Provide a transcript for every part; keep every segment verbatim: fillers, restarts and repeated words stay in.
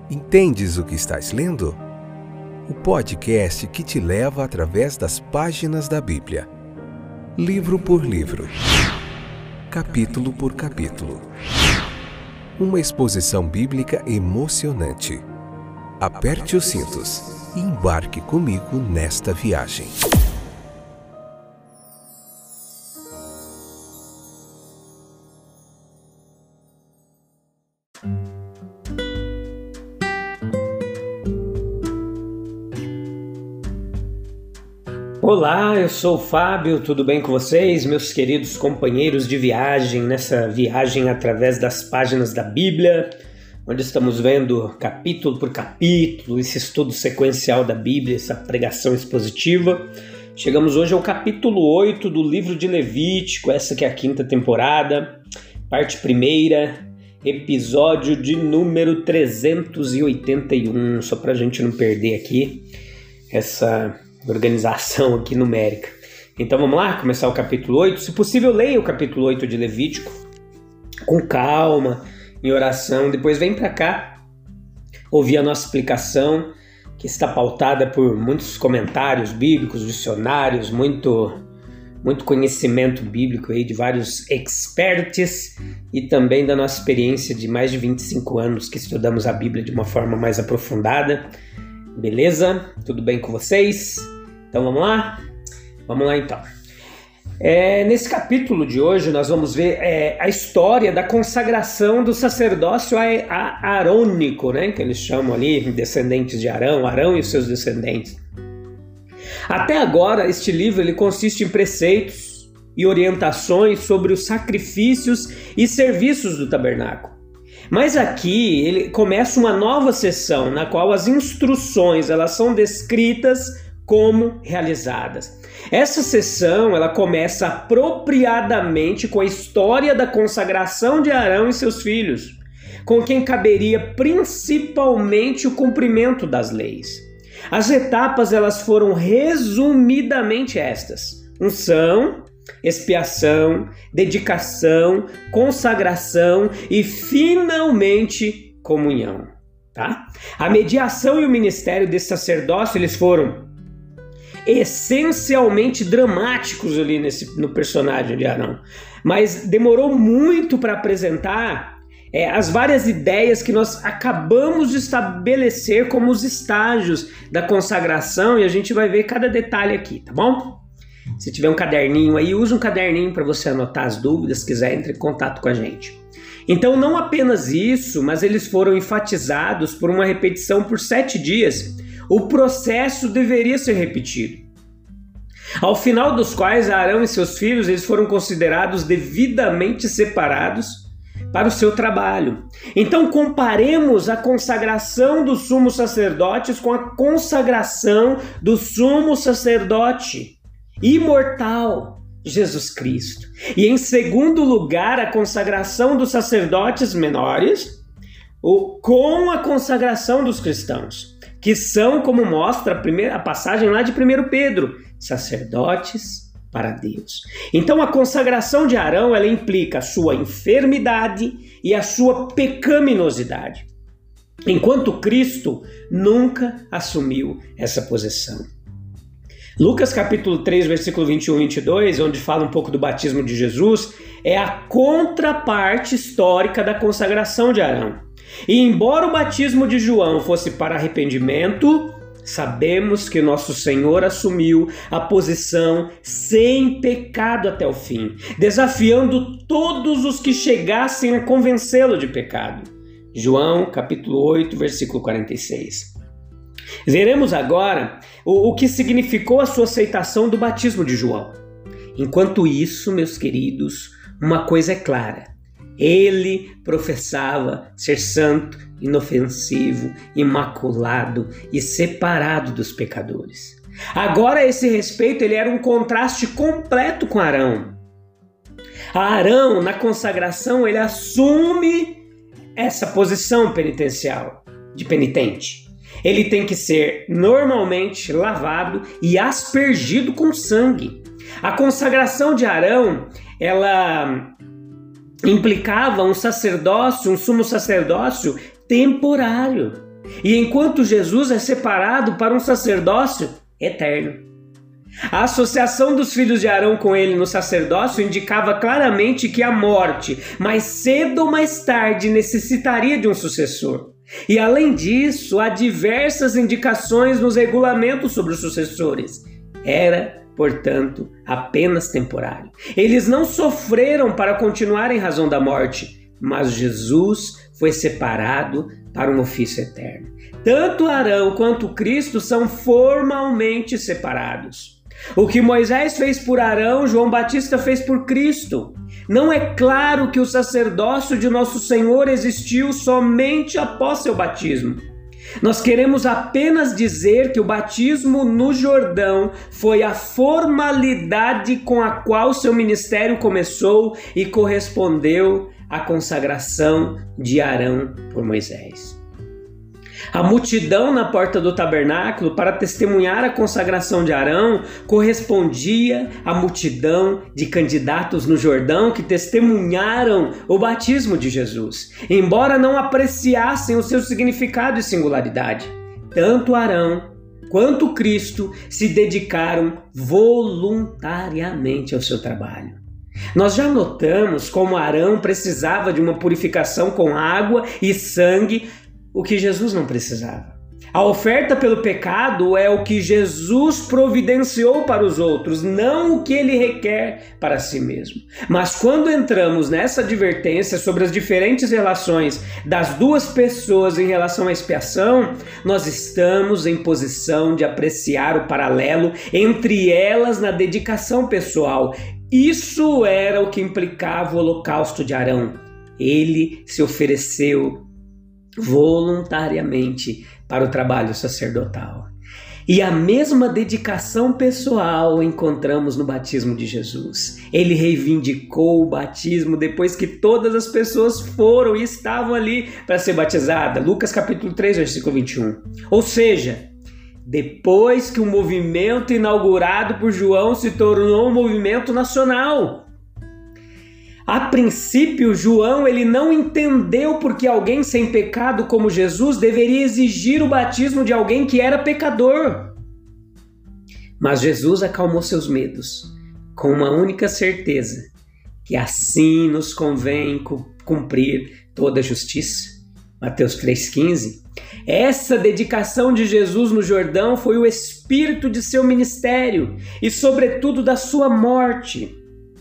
Entendes o que estás lendo? O podcast que te leva através das páginas da Bíblia, livro por livro, capítulo por capítulo. Uma exposição bíblica emocionante. Aperte os cintos e embarque comigo nesta viagem. Olá, eu sou o Fábio, tudo bem com vocês, meus queridos companheiros de viagem, nessa viagem através das páginas da Bíblia, onde estamos vendo capítulo por capítulo, esse estudo sequencial da Bíblia, essa pregação expositiva. Chegamos hoje ao capítulo oito do livro de Levítico, essa que é a quinta temporada, parte primeira, episódio de número trezentos e oitenta e um, só para a gente não perder aqui essa organização aqui numérica. Então vamos lá, começar o capítulo oito. Se possível, leia o capítulo oito de Levítico com calma, em oração. Depois vem para cá ouvir a nossa explicação, que está pautada por muitos comentários bíblicos, dicionários, muito, muito conhecimento bíblico aí de vários experts e também da nossa experiência de mais de vinte e cinco anos que estudamos a Bíblia de uma forma mais aprofundada. Beleza? Tudo bem com vocês? Então vamos lá? Vamos lá então. É, nesse capítulo de hoje nós vamos ver é, a história da consagração do sacerdócio arônico, né? Que eles chamam ali, descendentes de Arão, Arão e os seus descendentes. Até agora este livro ele consiste em preceitos e orientações sobre os sacrifícios e serviços do tabernáculo. Mas aqui ele começa uma nova seção na qual as instruções elas são descritas como realizadas. Essa seção ela começa apropriadamente com a história da consagração de Arão e seus filhos, com quem caberia principalmente o cumprimento das leis. As etapas elas foram resumidamente estas: unção, expiação, dedicação, consagração e finalmente comunhão, tá? A mediação e o ministério desse sacerdócio eles foram essencialmente dramáticos ali nesse, no personagem de Arão, mas demorou muito para apresentar é, as várias ideias que nós acabamos de estabelecer como os estágios da consagração, e a gente vai ver cada detalhe aqui, tá bom? Se tiver um caderninho aí, use um caderninho para você anotar as dúvidas, se quiser, entre em contato com a gente. Então, não apenas isso, mas eles foram enfatizados por uma repetição por sete dias. O processo deveria ser repetido, ao final dos quais Arão e seus filhos eles foram considerados devidamente separados para o seu trabalho. Então, comparemos a consagração dos sumos sacerdotes com a consagração do sumo sacerdote imortal, Jesus Cristo. E em segundo lugar, a consagração dos sacerdotes menores com a consagração dos cristãos, que são, como mostra a, primeira, a passagem lá de primeiro Pedro, sacerdotes para Deus. Então a consagração de Arão ela implica a sua enfermidade e a sua pecaminosidade, enquanto Cristo nunca assumiu essa posição. Lucas capítulo três, versículo vinte e um e vinte e dois, onde fala um pouco do batismo de Jesus, é a contraparte histórica da consagração de Arão. E embora o batismo de João fosse para arrependimento, sabemos que nosso Senhor assumiu a posição sem pecado até o fim, desafiando todos os que chegassem a convencê-lo de pecado. João capítulo oito, versículo quarenta e seis. Veremos agora o, o que significou a sua aceitação do batismo de João. Enquanto isso, meus queridos, uma coisa é clara: ele professava ser santo, inofensivo, imaculado e separado dos pecadores. Agora, a esse respeito, ele era um contraste completo com Arão. Arão, na consagração, ele assume essa posição penitencial, de penitente. Ele tem que ser normalmente lavado e aspergido com sangue. A consagração de Arão, ela implicava um sacerdócio, um sumo sacerdócio temporário. e enquanto Jesus é separado para um sacerdócio eterno. A associação dos filhos de Arão com ele no sacerdócio indicava claramente que a morte, mais cedo ou mais tarde, necessitaria de um sucessor. E além disso, há diversas indicações nos regulamentos sobre os sucessores. Era, portanto, apenas temporário. Eles não sofreram para continuar em razão da morte, mas Jesus foi separado para um ofício eterno. Tanto Arão quanto Cristo são formalmente separados. O que Moisés fez por Arão, João Batista fez por Cristo. Não é claro que o sacerdócio de nosso Senhor existiu somente após seu batismo. Nós queremos apenas dizer que o batismo no Jordão foi a formalidade com a qual seu ministério começou e correspondeu à consagração de Arão por Moisés. A multidão na porta do tabernáculo para testemunhar a consagração de Arão correspondia à multidão de candidatos no Jordão que testemunharam o batismo de Jesus, embora não apreciassem o seu significado e singularidade. Tanto Arão quanto Cristo se dedicaram voluntariamente ao seu trabalho. Nós já notamos como Arão precisava de uma purificação com água e sangue, o que Jesus não precisava. A oferta pelo pecado é o que Jesus providenciou para os outros, não o que ele requer para si mesmo. Mas quando entramos nessa advertência sobre as diferentes relações das duas pessoas em relação à expiação, nós estamos em posição de apreciar o paralelo entre elas na dedicação pessoal. Isso era o que implicava o holocausto de Arão. Ele se ofereceu voluntariamente para o trabalho sacerdotal. E a mesma dedicação pessoal encontramos no batismo de Jesus. Ele reivindicou o batismo depois que todas as pessoas foram e estavam ali para ser batizadas. Lucas capítulo três, versículo vinte e um. Ou seja, depois que o movimento inaugurado por João se tornou um movimento nacional. A princípio, João ele não entendeu porque alguém sem pecado como Jesus deveria exigir o batismo de alguém que era pecador. Mas Jesus acalmou seus medos com uma única certeza, que assim nos convém cumprir toda a justiça. Mateus três, quinze. Essa dedicação de Jesus no Jordão foi o espírito de seu ministério e, sobretudo, da sua morte.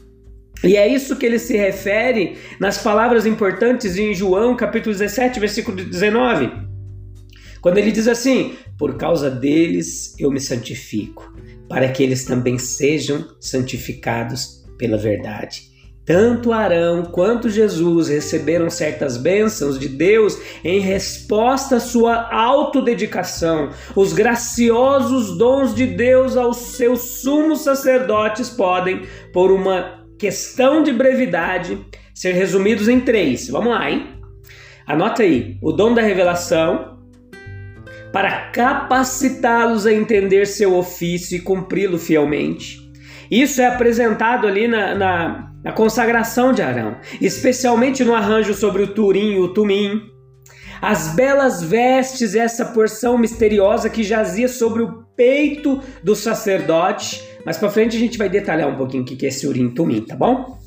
E é isso que ele se refere nas palavras importantes em João, capítulo dezessete, versículo dezenove. Quando ele diz assim: por causa deles eu me santifico, para que eles também sejam santificados pela verdade. Tanto Arão quanto Jesus receberam certas bênçãos de Deus em resposta à sua autodedicação. Os graciosos dons de Deus aos seus sumos sacerdotes podem, por uma questão de brevidade, ser resumidos em três. Vamos lá, hein? Anota aí. O dom da revelação, para capacitá-los a entender seu ofício e cumpri-lo fielmente. Isso é apresentado ali na, na, na consagração de Arão, especialmente no arranjo sobre o turim e o tumim. As belas vestes, essa porção misteriosa que jazia sobre o peito do sacerdote. Mais para frente a gente vai detalhar um pouquinho o que é esse urim e tumim, tá bom?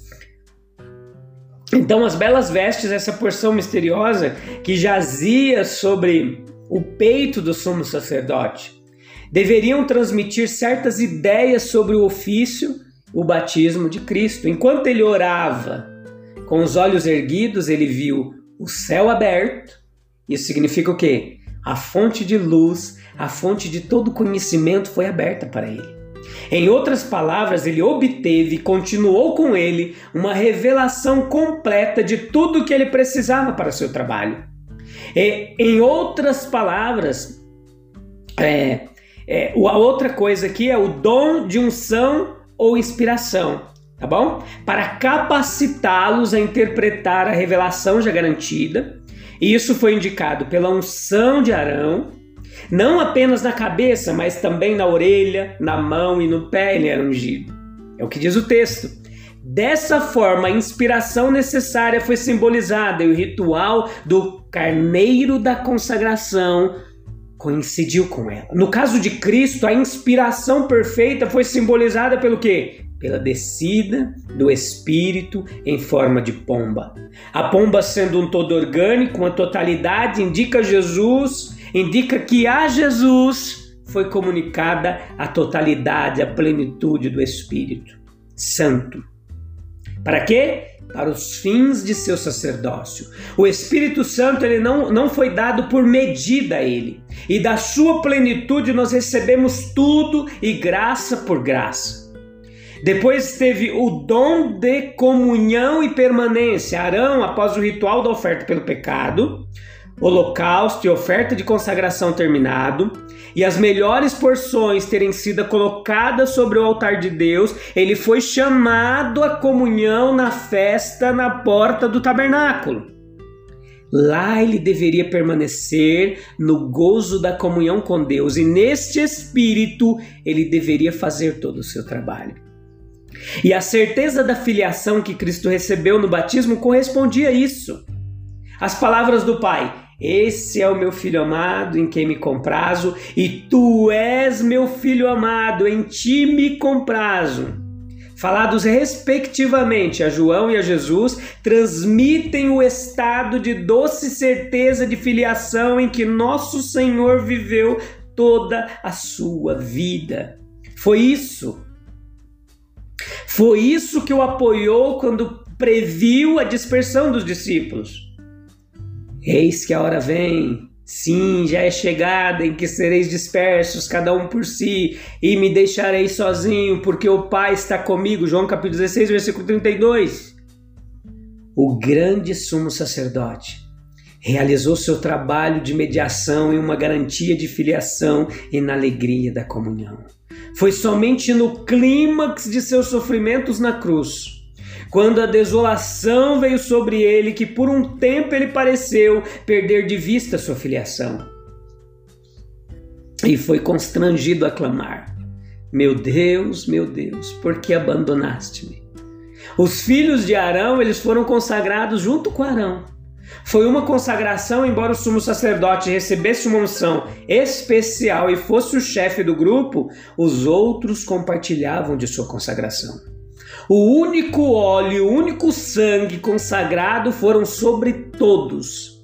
Então, as belas vestes, essa porção misteriosa que jazia sobre o peito do sumo sacerdote, deveriam transmitir certas ideias sobre o ofício, o batismo de Cristo. Enquanto ele orava, com os olhos erguidos, ele viu o céu aberto. Isso significa o quê? A fonte de luz, a fonte de todo conhecimento foi aberta para ele. Em outras palavras, ele obteve e continuou com ele uma revelação completa de tudo o que ele precisava para o seu trabalho. E, em outras palavras, é, é, a outra coisa aqui é o dom de unção ou inspiração, tá bom? Para capacitá-los a interpretar a revelação já garantida. E isso foi indicado pela unção de Arão, não apenas na cabeça, mas também na orelha, na mão e no pé ele era ungido. É o que diz o texto. Dessa forma, a inspiração necessária foi simbolizada e o ritual do carneiro da consagração coincidiu com ela. No caso de Cristo, a inspiração perfeita foi simbolizada pelo quê? Pela descida do Espírito em forma de pomba. A pomba, sendo um todo orgânico, uma totalidade, indica Jesus, indica que a Jesus foi comunicada a totalidade, a plenitude do Espírito Santo. Para quê? Para os fins de seu sacerdócio. O Espírito Santo ele não, não foi dado por medida a ele. E da sua plenitude nós recebemos tudo e graça por graça. Depois teve o dom de comunhão e permanência. Arão, após o ritual da oferta pelo pecado, holocausto e oferta de consagração terminado, e as melhores porções terem sido colocadas sobre o altar de Deus, ele foi chamado à comunhão na festa na porta do tabernáculo. Lá ele deveria permanecer no gozo da comunhão com Deus, e neste espírito ele deveria fazer todo o seu trabalho. E a certeza da filiação que Cristo recebeu no batismo correspondia a isso. As palavras do Pai: esse é o meu filho amado, em quem me comprazo, e tu és meu filho amado, em ti me comprazo. Falados respectivamente a João e a Jesus, transmitem o estado de doce certeza de filiação em que nosso Senhor viveu toda a sua vida. Foi isso. Foi isso que o apoiou quando previu a dispersão dos discípulos. Eis que a hora vem, sim, já é chegada, em que sereis dispersos, cada um por si, e me deixarei sozinho, porque o Pai está comigo. João capítulo dezesseis, versículo trinta e dois. O grande sumo sacerdote realizou seu trabalho de mediação em uma garantia de filiação e na alegria da comunhão. Foi somente no clímax de seus sofrimentos na cruz, quando a desolação veio sobre ele, que por um tempo ele pareceu perder de vista sua filiação. E foi constrangido a clamar: meu Deus, meu Deus, por que abandonaste-me? Os filhos de Arão, eles foram consagrados junto com Arão. Foi uma consagração, embora o sumo sacerdote recebesse uma unção especial e fosse o chefe do grupo, os outros compartilhavam de sua consagração. O único óleo, o único sangue consagrado foram sobre todos.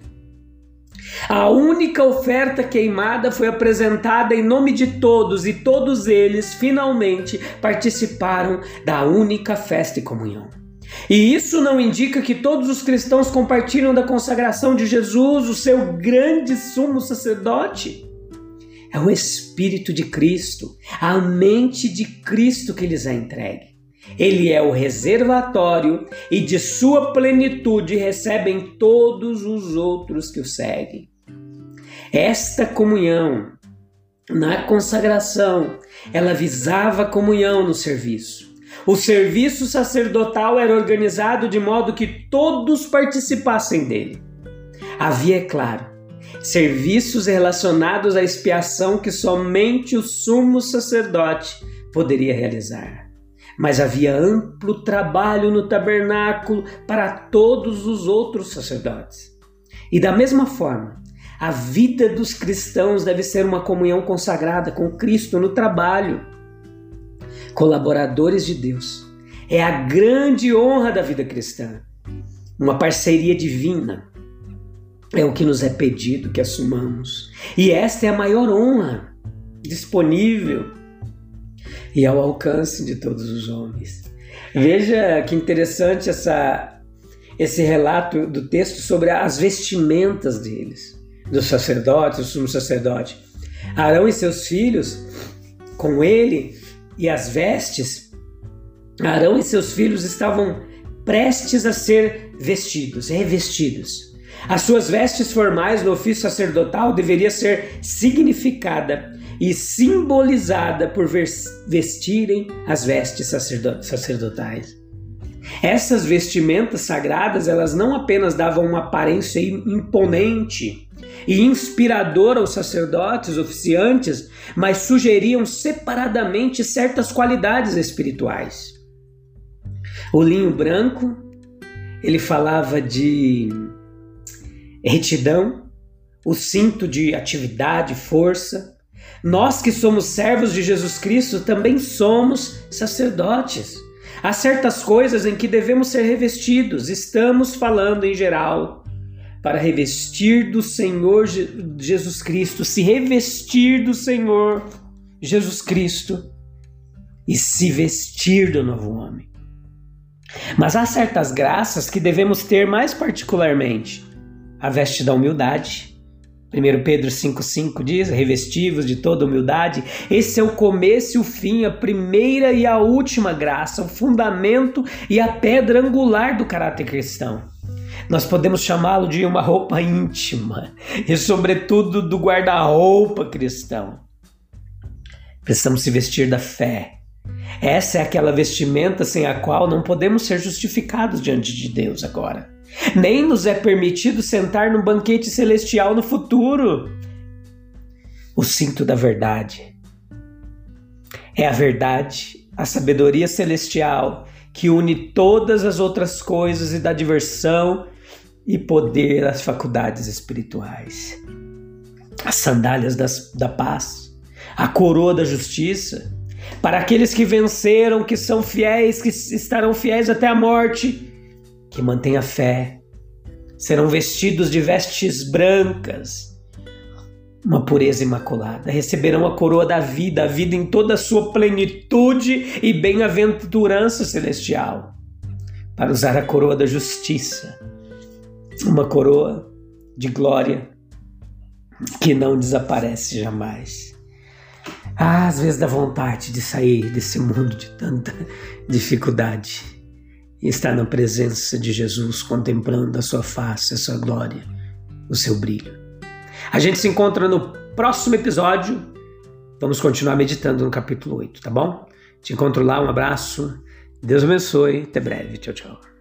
A única oferta queimada foi apresentada em nome de todos, e todos eles finalmente participaram da única festa e comunhão. E isso não indica que todos os cristãos compartilham da consagração de Jesus, o seu grande sumo sacerdote. É o Espírito de Cristo, a mente de Cristo que lhes é entregue. Ele é o reservatório e de sua plenitude recebem todos os outros que o seguem. Esta comunhão na consagração, ela visava a comunhão no serviço. O serviço sacerdotal era organizado de modo que todos participassem dele. Havia, é claro, serviços relacionados à expiação que somente o sumo sacerdote poderia realizar. Mas havia amplo trabalho no tabernáculo para todos os outros sacerdotes. E da mesma forma, a vida dos cristãos deve ser uma comunhão consagrada com Cristo no trabalho. Colaboradores de Deus. É a grande honra da vida cristã. Uma parceria divina. É o que nos é pedido que assumamos. E esta é a maior honra disponível e ao alcance de todos os homens. Veja que interessante essa, esse relato do texto sobre as vestimentas deles, dos sacerdotes, do sumo sacerdote. Arão e seus filhos, com ele e as vestes, Arão e seus filhos estavam prestes a ser vestidos, revestidos. As suas vestes formais no ofício sacerdotal deveria ser significada e simbolizada por vestirem as vestes sacerdotais. Essas vestimentas sagradas, elas não apenas davam uma aparência imponente e inspiradora aos sacerdotes oficiantes, mas sugeriam separadamente certas qualidades espirituais. O linho branco, ele falava de retidão, o cinto de atividade, força. Nós que somos servos de Jesus Cristo também somos sacerdotes. Há certas coisas em que devemos ser revestidos. Estamos falando em geral para revestir do Senhor Jesus Cristo, se revestir do Senhor Jesus Cristo e se vestir do novo homem. Mas há certas graças que devemos ter mais particularmente. A veste da humildade. primeiro Pedro cinco cinco diz, revestivos de toda humildade. Esse é o começo e o fim, a primeira e a última graça, o fundamento e a pedra angular do caráter cristão. Nós podemos chamá-lo de uma roupa íntima e, sobretudo, do guarda-roupa cristão. Precisamos se vestir da fé. Essa é aquela vestimenta sem a qual não podemos ser justificados diante de Deus agora. Nem nos é permitido sentar no banquete celestial no futuro. O cinto da verdade. É a verdade, a sabedoria celestial que une todas as outras coisas e dá diversão e poder às faculdades espirituais. As sandálias das, da paz, a coroa da justiça, para aqueles que venceram, que são fiéis, que estarão fiéis até a morte, que mantêm a fé, serão vestidos de vestes brancas, uma pureza imaculada, receberão a coroa da vida, a vida em toda a sua plenitude e bem-aventurança celestial, para usar a coroa da justiça, uma coroa de glória que não desaparece jamais. Ah, às vezes dá vontade de sair desse mundo de tanta dificuldade e estar na presença de Jesus, contemplando a sua face, a sua glória, o seu brilho. A gente se encontra no próximo episódio. Vamos continuar meditando no capítulo oito, tá bom? Te encontro lá, um abraço. Deus abençoe. Até breve. Tchau, tchau.